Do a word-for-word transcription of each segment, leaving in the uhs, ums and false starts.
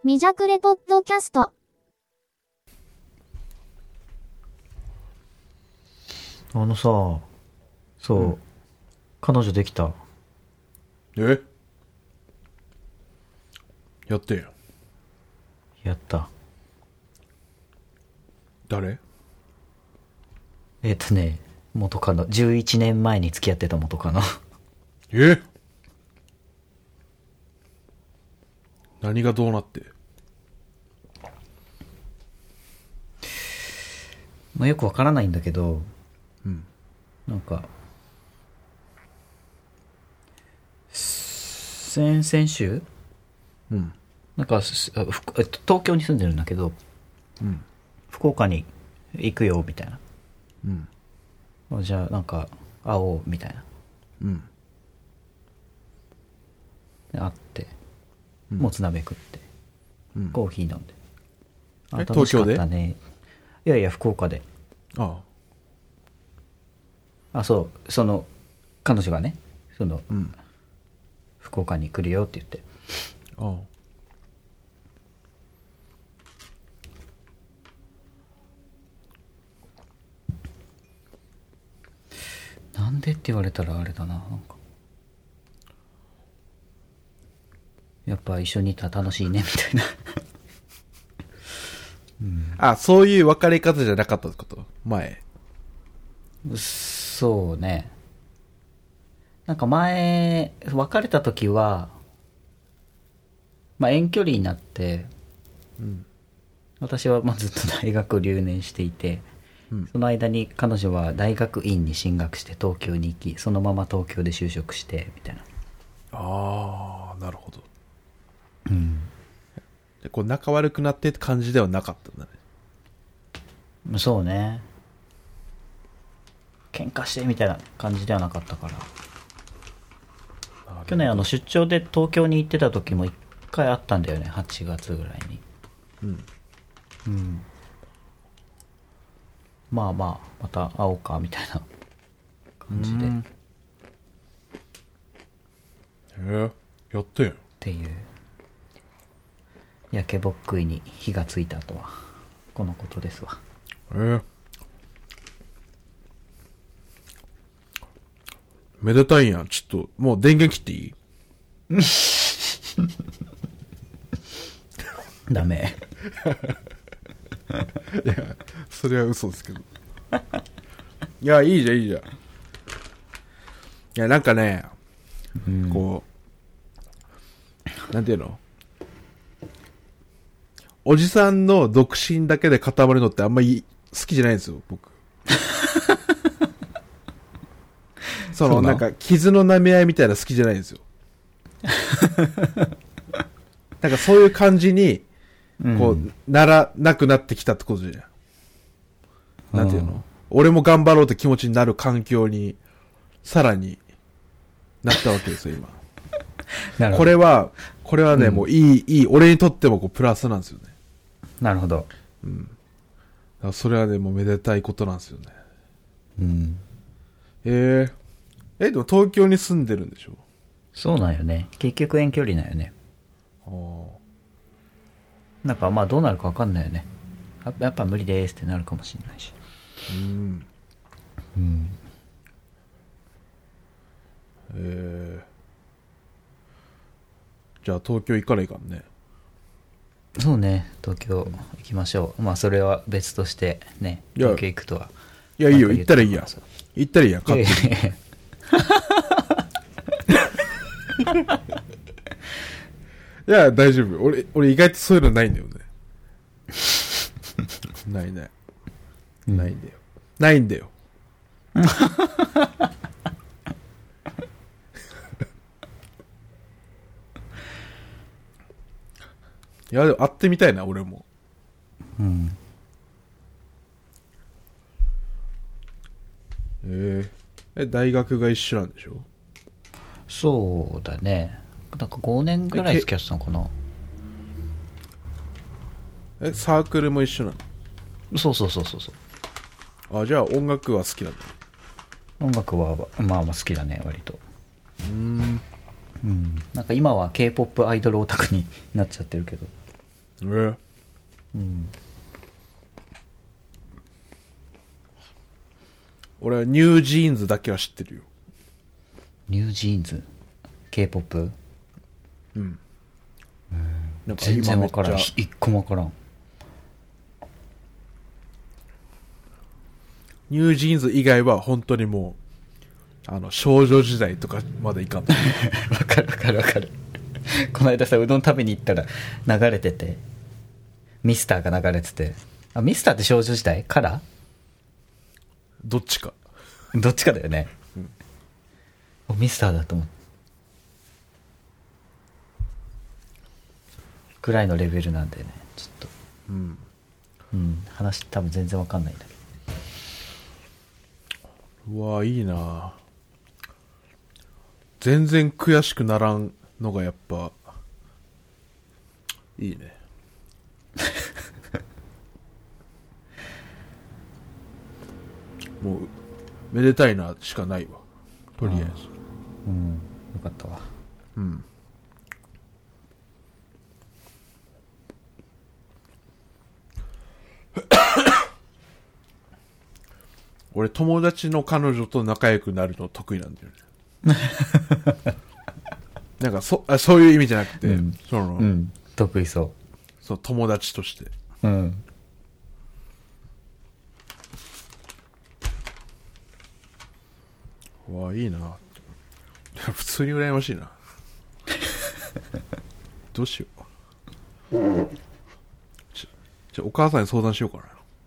未弱レポッドキャスト。 あのさ、そう、うん、彼女できた。 え？やってよ。 やった。 誰？ えっとね、元カノ、じゅういちねんまえに付き合ってた元カノ。 え？何がどうなって？ まあ、よくわからないんだけど、 うん、 なんか先々週、 うん、 なんか東京に住んでるんだけど、 うん、 福岡に行くよみたいな、 うん、 じゃあなんか会おうみたいな、 うん、 で会って、うん、もつ鍋食って、うん、コーヒー飲んで、 あ、楽しかったね。 東京で？いやいや福岡で。 ああ、あ、そうその彼女がね、その、 うん、 福岡に来るよって言って、 ああ、なんでって言われたらあれだな、なんかやっぱ一緒にいたら楽しいねみたいな、 うん、あ、そういう別れ方じゃなかったってこと？前。 そうね。なんか前別れた時は、まあ、遠距離になって、 うん、 私はまあずっと大学留年していて、うん、その間に彼女は大学院に進学して東京に行き、そのまま東京で就職してみたいな。 ああ、なるほど。 うん。 でこう仲悪くなってって感じではなかったんだね。 そうね。喧嘩してみたいな感じではなかったから。去年あの出張で東京に行ってた時も一回あったんだよね、はちがつぐらいに。 うんうん。まあまあまた会おうかみたいな感じで。 へえ、やってんっていう焼けぼっくいに火がついたとはこのことですわ。 へえ、めでたいやん。ちょっともう電源切っていい？ ダメ。 いやそれは嘘ですけど。いやいいじゃんいいじゃん。いやなんかね、うん、こうなんていうの、おじさんの独身だけで固まるのってあんまり好きじゃないんですよ僕。そのなんか傷の舐め合いみたいな好きじゃないんですよ。なんかそういう感じにこう、うん、ならなくなってきたってことじゃん。なんていうの、俺も頑張ろうって気持ちになる環境にさらになったわけですよ今。なるほど。これはこれはね、うん、もういいいい俺にとってもこうプラスなんですよね。 なるほど。 うん。だからそれはねもうめでたいことなんですよね。 うん。 えー、えでも東京に住んでるんでしょ？ そうなんよね。結局遠距離なんよね。 ああ。 なんかまあどうなるか分かんないよね。やっぱ無理ですってなるかもしれないし。 うんうんえー、じゃあ東京行かないかんね。 そうね、東京行きましょう。まあそれは別としてね、東京行くとは。 いやいいよ、行ったらいいや。行ったらいいや、勝手に。いや大丈夫。俺俺意外とそういうのないんだよね。ないない。ないんだよ。ないんだよ。いやでも会ってみたいな俺も。 うん。 えー、え大学が一緒なんでしょ？ そうだね。なんかごねんぐらい付き合ってたのかな。 えサークルも一緒なの？そうそうそうそうそう。 あ、じゃあ音楽は好きなんだ。 音楽はまあまあ好きだね割と。 うーん。 うん。なんか今は K-ポップ アイドルオタクになっちゃってるけど。 えー、 うん俺はニュージーンズだけは知ってるよ。 ニュージーンズ K-ポップ。 うんなんか全然わからん。 今めっちゃ一個もわからん。 ニュージーンズ以外は本当にもうあの少女時代とかまでいかんとわかるわかるわかる。この間さうどん食べに行ったら流れててミスターが流れてて、あミスターって少女時代からどっちかどっちかだよね、うん、ミスターだと思うくらいのレベルなんでね、ちょっとうん、うん、話多分全然わかんないんだけど。 うわいいな。全然悔しくならんのがやっぱいいね。もうめでたいなしかないわとりあえず。 うんよかったわ。 うん俺友達の彼女と仲良くなるの得意なんだよね。なんかそあそういう意味じゃなくて、うん、その、 うん、得意そう。 そう友達として。 うん。 うわいいな。普通に羨ましいな。どうしよう。じゃじゃお母さんに相談しようかな。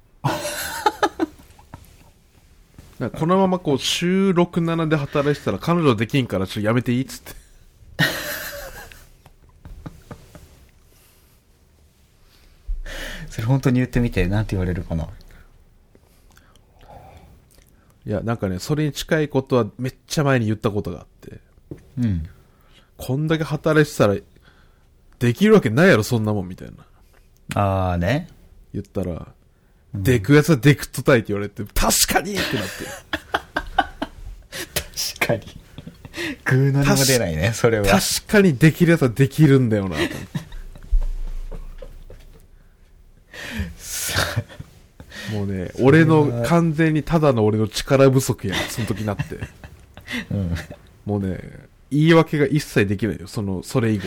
なんかこのままこう週ろく、ななで働いてたら彼女できんからちょっとやめていいっつって。 それ本当に言ってみてなんて言われるかな。 いやなんかねそれに近いことはめっちゃ前に言ったことがあって、 うん、 こんだけ働いてたらできるわけないやろそんなもんみたいな。 ああね。 言ったら、うん、でくやつはでくっとたいって言われて確かにってなって確かにグーの音も出ないねそれは。 確かにできるやつはできるんだよなと思ってもうね俺の完全にただの俺の力不足やその時になって、うん、もうね言い訳が一切できないよそのそれ以後。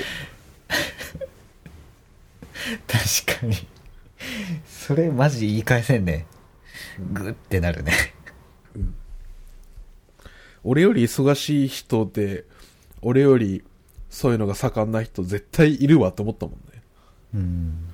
確かにそれマジ言い返せんね。グッてなるね、 うん、俺より忙しい人で俺よりそういうのが盛んな人絶対いるわと思ったもんね。 うん